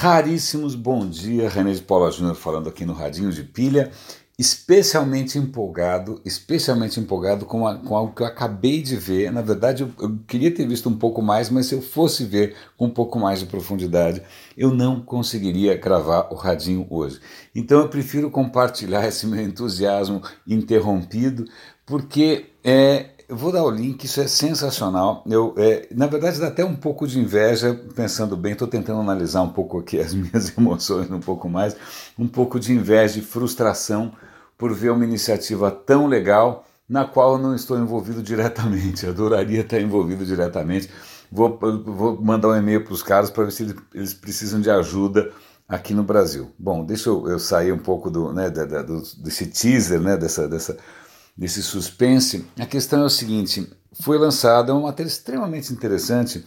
Raríssimos, bom dia, René de Paula Júnior falando aqui no Radinho de Pilha, especialmente empolgado com algo que eu acabei de ver. Na verdade, eu queria ter visto um pouco mais, mas se eu fosse ver com um pouco mais de profundidade, eu não conseguiria cravar o Radinho hoje. Então eu prefiro compartilhar esse meu entusiasmo interrompido, porque eu vou dar o link, isso é sensacional. Na verdade, dá até um pouco de inveja, pensando bem, estou tentando analisar um pouco aqui as minhas emoções um pouco mais, um pouco de inveja e frustração por ver uma iniciativa tão legal na qual eu não estou envolvido diretamente. Adoraria estar envolvido diretamente. Vou mandar um e-mail para os caras para ver se eles precisam de ajuda aqui no Brasil. Bom, deixa eu sair um pouco desse teaser, né, desse suspense. A questão é o seguinte: foi lançada uma matéria extremamente interessante.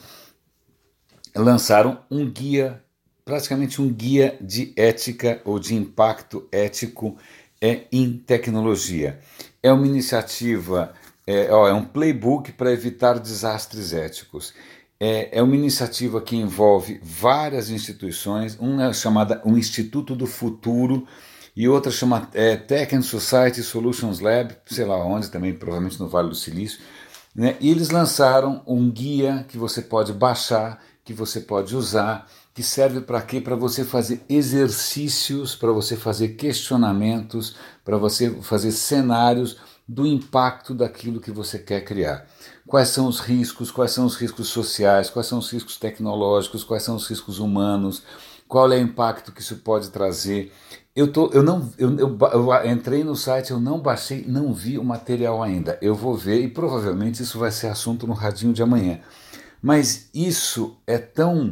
Lançaram um guia, praticamente um guia de ética ou de impacto ético em tecnologia. É uma iniciativa, é um playbook para evitar desastres éticos. É uma iniciativa que envolve várias instituições, uma é chamada o Instituto do Futuro, e outra chama Tech and Society Solutions Lab, sei lá onde, também provavelmente no Vale do Silício, né? E eles lançaram um guia que você pode baixar, que você pode usar, que serve para quê? Para você fazer exercícios, para você fazer questionamentos, para você fazer cenários do impacto daquilo que você quer criar. Quais são os riscos sociais, quais são os riscos tecnológicos, quais são os riscos humanos, qual é o impacto que isso pode trazer. Eu entrei no site, eu não baixei, não vi o material ainda. Eu vou ver e provavelmente isso vai ser assunto no Radinho de amanhã. Mas isso é tão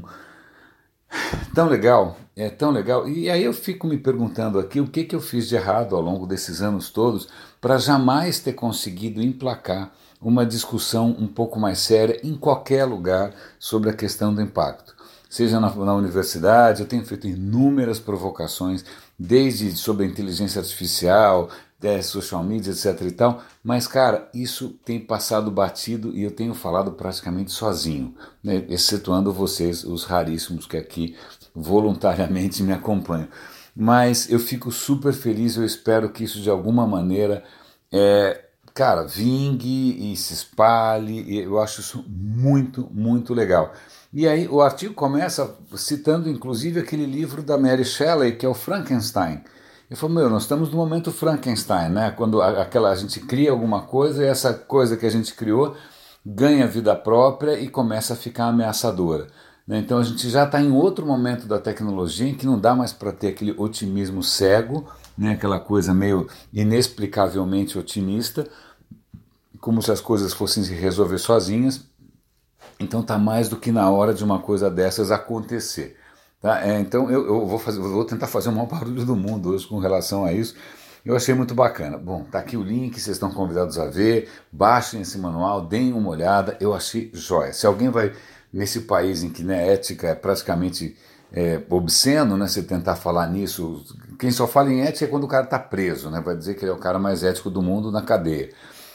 legal, é tão legal. E aí eu fico me perguntando aqui o que eu fiz de errado ao longo desses anos todos para jamais ter conseguido emplacar uma discussão um pouco mais séria em qualquer lugar sobre a questão do impacto. Seja na universidade, eu tenho feito inúmeras provocações, desde sobre a inteligência artificial, social media, etc e tal, mas cara, isso tem passado batido e eu tenho falado praticamente sozinho, né? Excetuando vocês, os raríssimos que aqui voluntariamente me acompanham. Mas eu fico super feliz, eu espero que isso de alguma maneira cara, vingue e se espalhe, e eu acho isso muito, muito legal. E aí o artigo começa citando inclusive aquele livro da Mary Shelley, que é o Frankenstein. Eu falo, nós estamos no momento Frankenstein, né? Quando a gente cria alguma coisa e essa coisa que a gente criou ganha vida própria e começa a ficar ameaçadora, né? Então a gente já está em outro momento da tecnologia em que não dá mais para ter aquele otimismo cego, né? Aquela coisa meio inexplicavelmente otimista, como se as coisas fossem se resolver sozinhas. Então está mais do que na hora de uma coisa dessas acontecer. Tá? Então eu vou tentar fazer o maior barulho do mundo hoje com relação a isso. Eu achei muito bacana. Bom, tá aqui o link, vocês estão convidados a ver, baixem esse manual, deem uma olhada, eu achei jóia. Se alguém vai nesse país em que, né, ética é praticamente obsceno, né, você tentar falar nisso, quem só fala em ética é quando o cara está preso, né, vai dizer que ele é o cara mais ético do mundo na cadeia.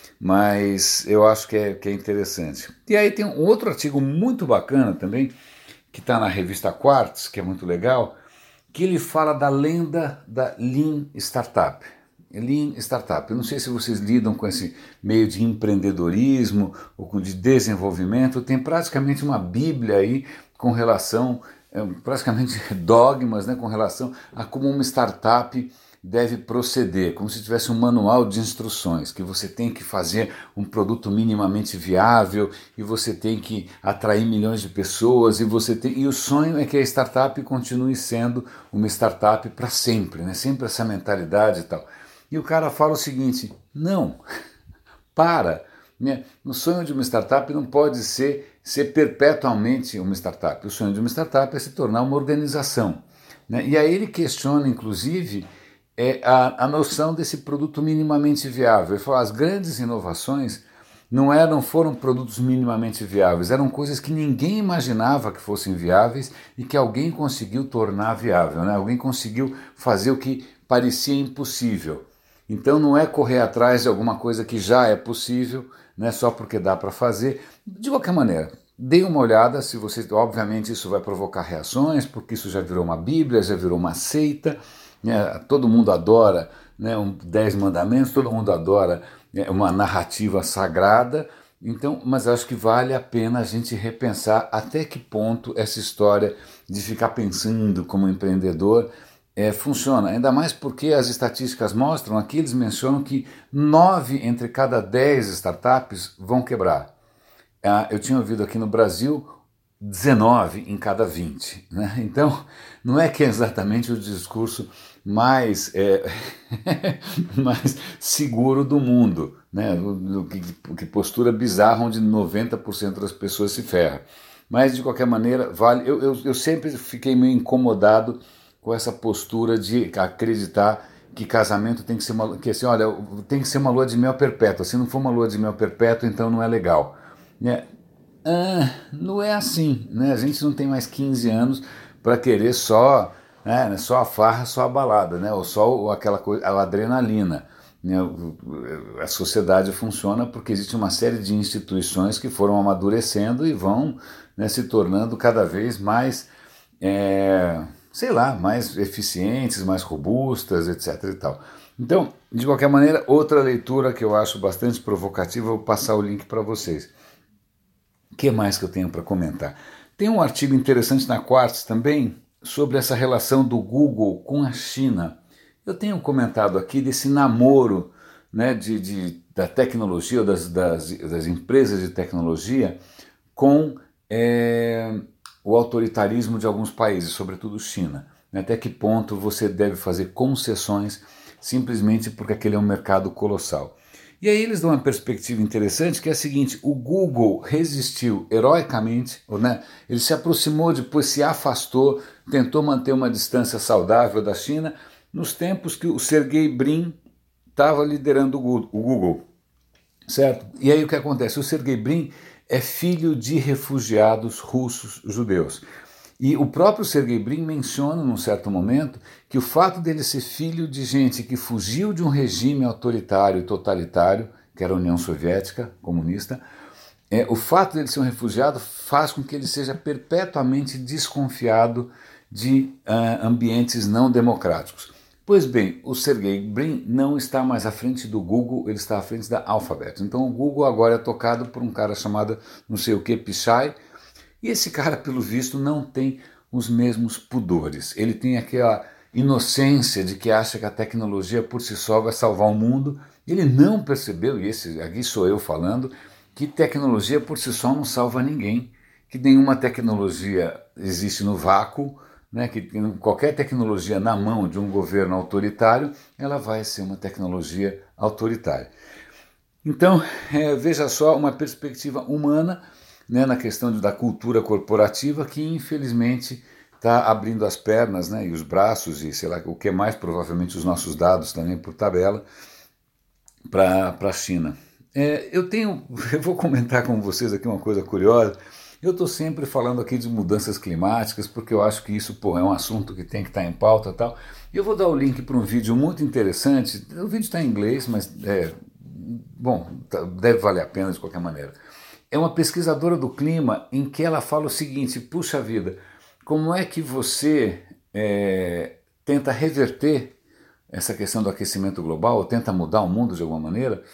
Mas eu acho que é interessante. E aí tem um outro artigo muito bacana também, que está na revista Quartz, que é muito legal, que ele fala da lenda da Lean Startup. Lean Startup. Eu não sei se vocês lidam com esse meio de empreendedorismo ou de desenvolvimento. Tem praticamente uma bíblia aí com relação, praticamente dogmas, né, com relação a como uma startup deve proceder, como se tivesse um manual de instruções, que você tem que fazer um produto minimamente viável e você tem que atrair milhões de pessoas e o sonho é que a startup continue sendo uma startup para sempre, né? Sempre essa mentalidade e tal. E o cara fala o seguinte: não, para, né? O sonho de uma startup não pode ser perpetuamente uma startup. O sonho de uma startup é se tornar uma organização, né? E aí ele questiona, inclusive, a noção desse produto minimamente viável. Ele fala, as grandes inovações não foram produtos minimamente viáveis, eram coisas que ninguém imaginava que fossem viáveis e que alguém conseguiu tornar viável, né? Alguém conseguiu fazer o que parecia impossível. Então não é correr atrás de alguma coisa que já é possível, né, só porque dá para fazer. De qualquer maneira, Dê uma olhada, se você, obviamente isso vai provocar reações, porque isso já virou uma Bíblia, já virou uma seita, né? Todo mundo adora, né, 10 mandamentos, todo mundo adora, né, uma narrativa sagrada, então, mas acho que vale a pena a gente repensar até que ponto essa história de ficar pensando como empreendedor funciona, ainda mais porque as estatísticas mostram, aqui eles mencionam que 9 entre cada 10 startups vão quebrar. Eu tinha ouvido aqui no Brasil 19 em cada 20. Né? Então, não é que é exatamente o discurso mais, mais seguro do mundo. Né? Que postura bizarra onde 90% das pessoas se ferram. Mas, de qualquer maneira, vale. Eu sempre fiquei meio incomodado com essa postura de acreditar que casamento tem que ser uma, que assim, olha, tem que ser uma lua de mel perpétua. Se não for uma lua de mel perpétua, então não é legal. Né? Não é assim, né? A gente não tem mais 15 anos para querer só, né, só a farra, só a balada, né? Ou só aquela coisa, a adrenalina. Né? A sociedade funciona porque existe uma série de instituições que foram amadurecendo e vão, né, se tornando cada vez mais, sei lá, mais eficientes, mais robustas, etc. e tal. Então, de qualquer maneira, outra leitura que eu acho bastante provocativa, eu vou passar o link para vocês. O que mais que eu tenho para comentar? Tem um artigo interessante na Quartz também sobre essa relação do Google com a China. Eu tenho comentado aqui desse namoro, né, da tecnologia, das empresas de tecnologia com o autoritarismo de alguns países, sobretudo China. Até que ponto você deve fazer concessões simplesmente porque aquele é um mercado colossal. E aí eles dão uma perspectiva interessante, que é a seguinte: o Google resistiu heroicamente, né? Ele se aproximou, depois se afastou, tentou manter uma distância saudável da China, nos tempos que o Sergey Brin estava liderando o Google, certo? E aí o que acontece? O Sergey Brin é filho de refugiados russos judeus. E o próprio Sergey Brin menciona, num certo momento, que o fato dele ser filho de gente que fugiu de um regime autoritário e totalitário, que era a União Soviética comunista, o fato dele ser um refugiado faz com que ele seja perpetuamente desconfiado de ambientes não democráticos. Pois bem, o Sergey Brin não está mais à frente do Google, ele está à frente da Alphabet. Então o Google agora é tocado por um cara chamado não sei o que Pichai, e esse cara, pelo visto, não tem os mesmos pudores. Ele tem aquela inocência de que acha que a tecnologia por si só vai salvar o mundo. Ele não percebeu, e aqui sou eu falando, que tecnologia por si só não salva ninguém, que nenhuma tecnologia existe no vácuo, né, que qualquer tecnologia na mão de um governo autoritário, ela vai ser uma tecnologia autoritária. Então, veja só, uma perspectiva humana, né, na questão da cultura corporativa, que infelizmente está abrindo as pernas, né, e os braços e sei lá o que mais, provavelmente os nossos dados também por tabela, para a China. Eu vou comentar com vocês aqui uma coisa curiosa. Eu estou sempre falando aqui de mudanças climáticas, porque eu acho que isso, é um assunto que tem que estar em pauta e tal. E eu vou dar o link para um vídeo muito interessante. O vídeo está em inglês, mas bom, deve valer a pena de qualquer maneira. É uma pesquisadora do clima em que ela fala o seguinte: puxa vida, como é que você tenta reverter essa questão do aquecimento global, ou tenta mudar o mundo de alguma maneira?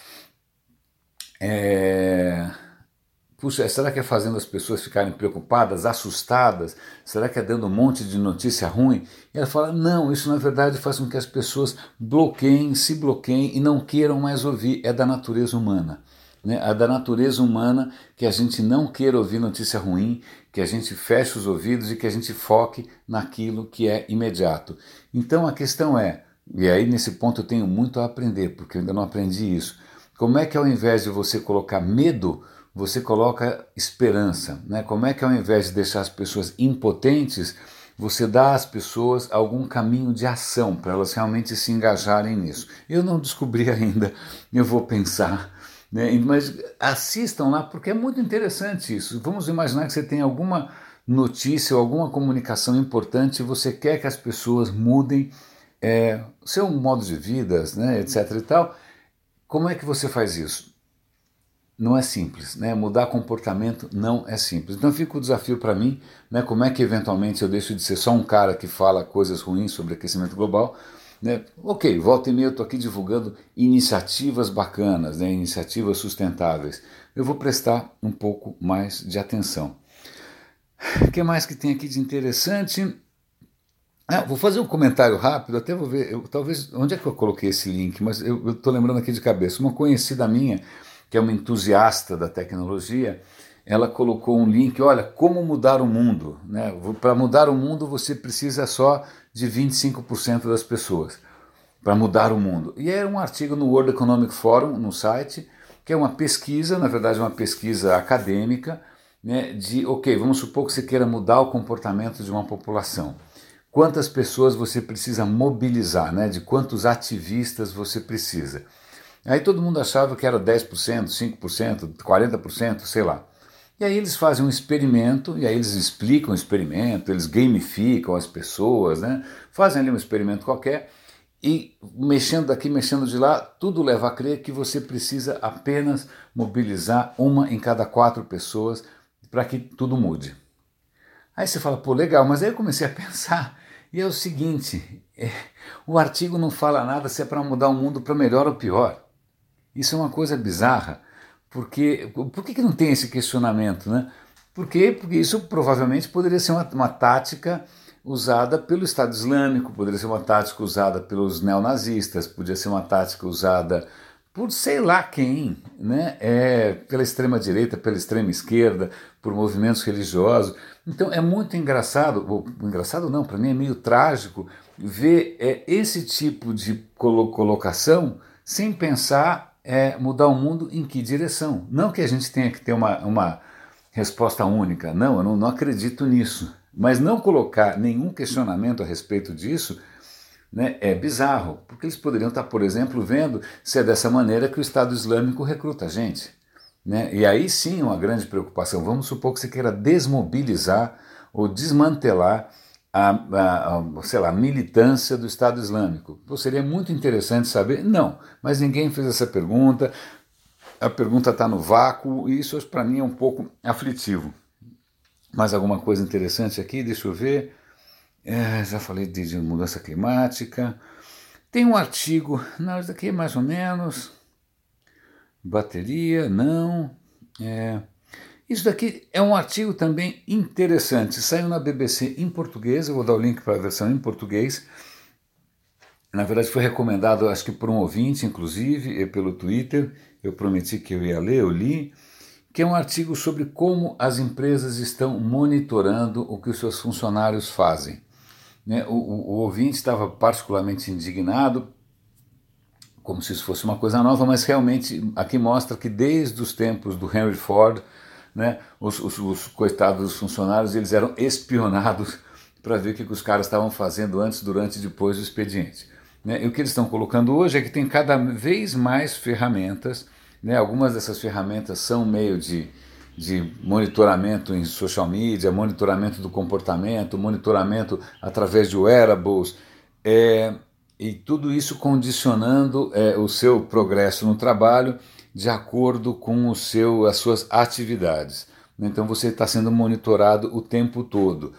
Puxa, será que é fazendo as pessoas ficarem preocupadas, assustadas? Será que é dando um monte de notícia ruim? E ela fala, não, isso na verdade faz com que as pessoas se bloqueiem e não queiram mais ouvir, é da natureza humana. Né? É da natureza humana que a gente não queira ouvir notícia ruim, que a gente feche os ouvidos e que a gente foque naquilo que é imediato. Então a questão é, e aí nesse ponto eu tenho muito a aprender, porque eu ainda não aprendi isso, como é que ao invés de você colocar medo, você coloca esperança, né? Como é que ao invés de deixar as pessoas impotentes, você dá às pessoas algum caminho de ação para elas realmente se engajarem nisso? Eu não descobri ainda, eu vou pensar, né? Mas assistam lá porque é muito interessante isso. Vamos imaginar que você tem alguma notícia ou alguma comunicação importante e você quer que as pessoas mudem seu modo de vida, né, etc. e tal. Como é que você faz isso? não é simples, né? Mudar comportamento não é simples. Então fica o desafio para mim, né? Como é que eventualmente eu deixo de ser só um cara que fala coisas ruins sobre aquecimento global, né? Ok, volta e meia eu estou aqui divulgando iniciativas bacanas, né? Iniciativas sustentáveis. Eu vou prestar um pouco mais de atenção. O que mais que tem aqui de interessante? Vou fazer um comentário rápido, até vou ver, talvez, onde é que eu coloquei esse link, mas eu estou lembrando aqui de cabeça. Uma conhecida minha, que é uma entusiasta da tecnologia, ela colocou um link, olha, como mudar o mundo. Né? Para mudar o mundo você precisa só de 25% das pessoas, para mudar o mundo. E era um artigo no World Economic Forum, no site, que é uma pesquisa, na verdade uma pesquisa acadêmica, né, de, ok, vamos supor que você queira mudar o comportamento de uma população. Quantas pessoas você precisa mobilizar, né? De quantos ativistas você precisa. Aí todo mundo achava que era 10%, 5%, 40%, sei lá. E aí eles fazem um experimento, e aí eles explicam o experimento, eles gamificam as pessoas, né? Fazem ali um experimento qualquer, e mexendo daqui, mexendo de lá, tudo leva a crer que você precisa apenas mobilizar uma em cada 4 pessoas para que tudo mude. Aí você fala, pô, legal, mas aí eu comecei a pensar, e é o seguinte, o artigo não fala nada se é para mudar o mundo para melhor ou pior. Isso é uma coisa bizarra, porque por que não tem esse questionamento, né? Por quê? Porque isso provavelmente poderia ser uma tática usada pelo Estado Islâmico, poderia ser uma tática usada pelos neonazistas, poderia ser uma tática usada por sei lá quem, né? Pela extrema-direita, pela extrema-esquerda, por movimentos religiosos. Então é muito engraçado, ou, engraçado não, para mim é meio trágico, ver esse tipo de colocação sem pensar mudar o mundo em que direção. Não que a gente tenha que ter uma resposta única, não, eu não acredito nisso. Mas não colocar nenhum questionamento a respeito disso, né, é bizarro, porque eles poderiam estar, por exemplo, vendo se é dessa maneira que o Estado Islâmico recruta a gente. Né? E aí sim uma grande preocupação. Vamos supor que você queira desmobilizar ou desmantelar sei lá, militância do Estado Islâmico. Pô, seria muito interessante saber. Não, mas ninguém fez essa pergunta, a pergunta está no vácuo, e isso para mim é um pouco aflitivo. Mais alguma coisa interessante aqui? Deixa eu ver. Já falei de mudança climática. Tem um artigo, não, isso daqui é mais ou menos. Bateria, não. Isso daqui é um artigo também interessante. Saiu na BBC em português, eu vou dar o link para a versão em português. Na verdade foi recomendado, acho que por um ouvinte, inclusive, pelo Twitter. Eu prometi que eu ia ler, eu li. Que é um artigo sobre como as empresas estão monitorando o que os seus funcionários fazem. Né? O ouvinte estava particularmente indignado, como se isso fosse uma coisa nova, mas realmente aqui mostra que desde os tempos do Henry Ford, né, os coitados dos funcionários, eles eram espionados para ver o que os caras estavam fazendo antes, durante e depois do expediente. Né? E o que eles estão colocando hoje é que tem cada vez mais ferramentas, né? Algumas dessas ferramentas são meio de monitoramento em social media, monitoramento do comportamento, monitoramento através de wearables, e tudo isso condicionando o seu progresso no trabalho de acordo com as suas atividades. Então você está sendo monitorado o tempo todo.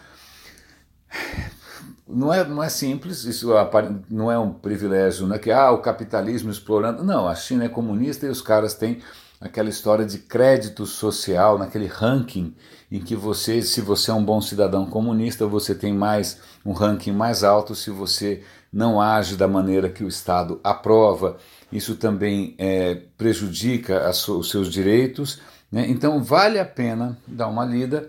Não é simples, isso não é um privilégio, não é que o capitalismo explorando. Não, a China é comunista e os caras têm aquela história de crédito social, naquele ranking em que se você é um bom cidadão comunista, você tem um ranking mais alto se você não age da maneira que o Estado aprova. Isso também prejudica os seus direitos, né? Então vale a pena dar uma lida.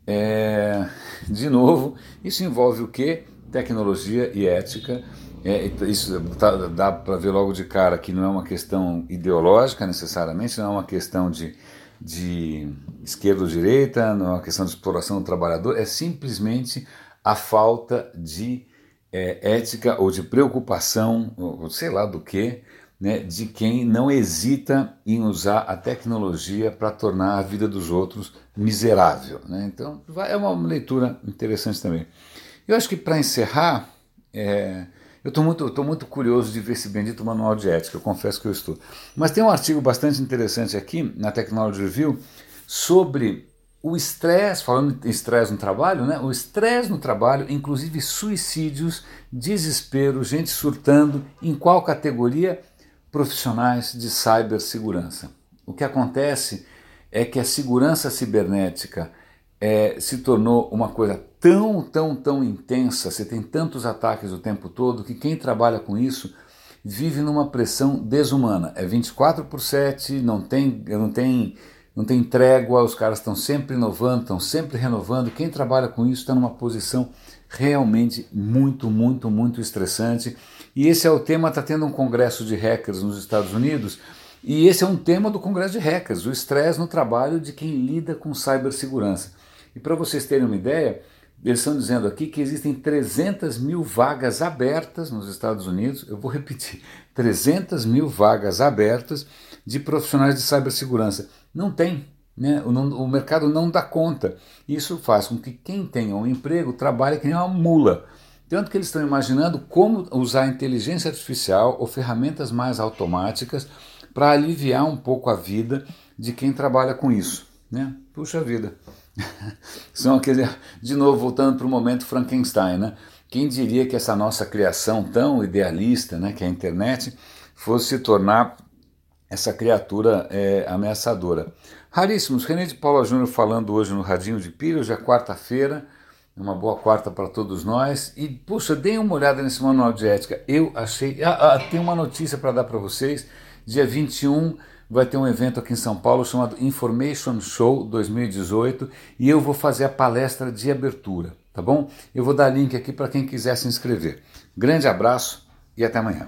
De novo, isso envolve o quê? Tecnologia e ética. Isso dá para ver logo de cara que não é uma questão ideológica necessariamente, não é uma questão de esquerda ou direita, não é uma questão de exploração do trabalhador, é simplesmente a falta de ética ou de preocupação, ou sei lá do que, né, de quem não hesita em usar a tecnologia para tornar a vida dos outros miserável. Né? Então é uma leitura interessante também. Eu acho que para encerrar, Eu tô muito curioso de ver esse bendito manual de ética, eu confesso que eu estou. Mas tem um artigo bastante interessante aqui na Technology Review sobre o estresse, falando em estresse no trabalho, né? O estresse no trabalho, inclusive suicídios, desespero, gente surtando, em qual categoria? Profissionais de cibersegurança. O que acontece é que a segurança cibernética se tornou uma coisa tão intensa, você tem tantos ataques o tempo todo, que quem trabalha com isso vive numa pressão desumana. É 24/7, não tem trégua, os caras estão sempre inovando, estão sempre renovando. Quem trabalha com isso está numa posição realmente muito estressante. E esse é o tema, está tendo um congresso de hackers nos Estados Unidos, e esse é um tema do congresso de hackers, o estresse no trabalho de quem lida com cibersegurança. E para vocês terem uma ideia, eles estão dizendo aqui que existem 300 mil vagas abertas nos Estados Unidos, eu vou repetir, 300 mil vagas abertas de profissionais de cibersegurança. Não tem, né? O mercado não dá conta. Isso faz com que quem tenha um emprego trabalhe que nem uma mula. Tanto que eles estão imaginando como usar a inteligência artificial ou ferramentas mais automáticas para aliviar um pouco a vida de quem trabalha com isso, né? Puxa vida. De novo, voltando para o momento Frankenstein, né? Quem diria que essa nossa criação tão idealista, né, que é a internet, fosse se tornar essa criatura ameaçadora. Raríssimos, René de Paula Júnior falando hoje no Radinho de Pilha, hoje é quarta-feira, uma boa quarta para todos nós. E, puxa, deem uma olhada nesse manual de ética. Eu achei... tem uma notícia para dar para vocês. Dia 21 vai ter um evento aqui em São Paulo chamado Information Show 2018 e eu vou fazer a palestra de abertura, tá bom? Eu vou dar link aqui para quem quiser se inscrever. Grande abraço e até amanhã.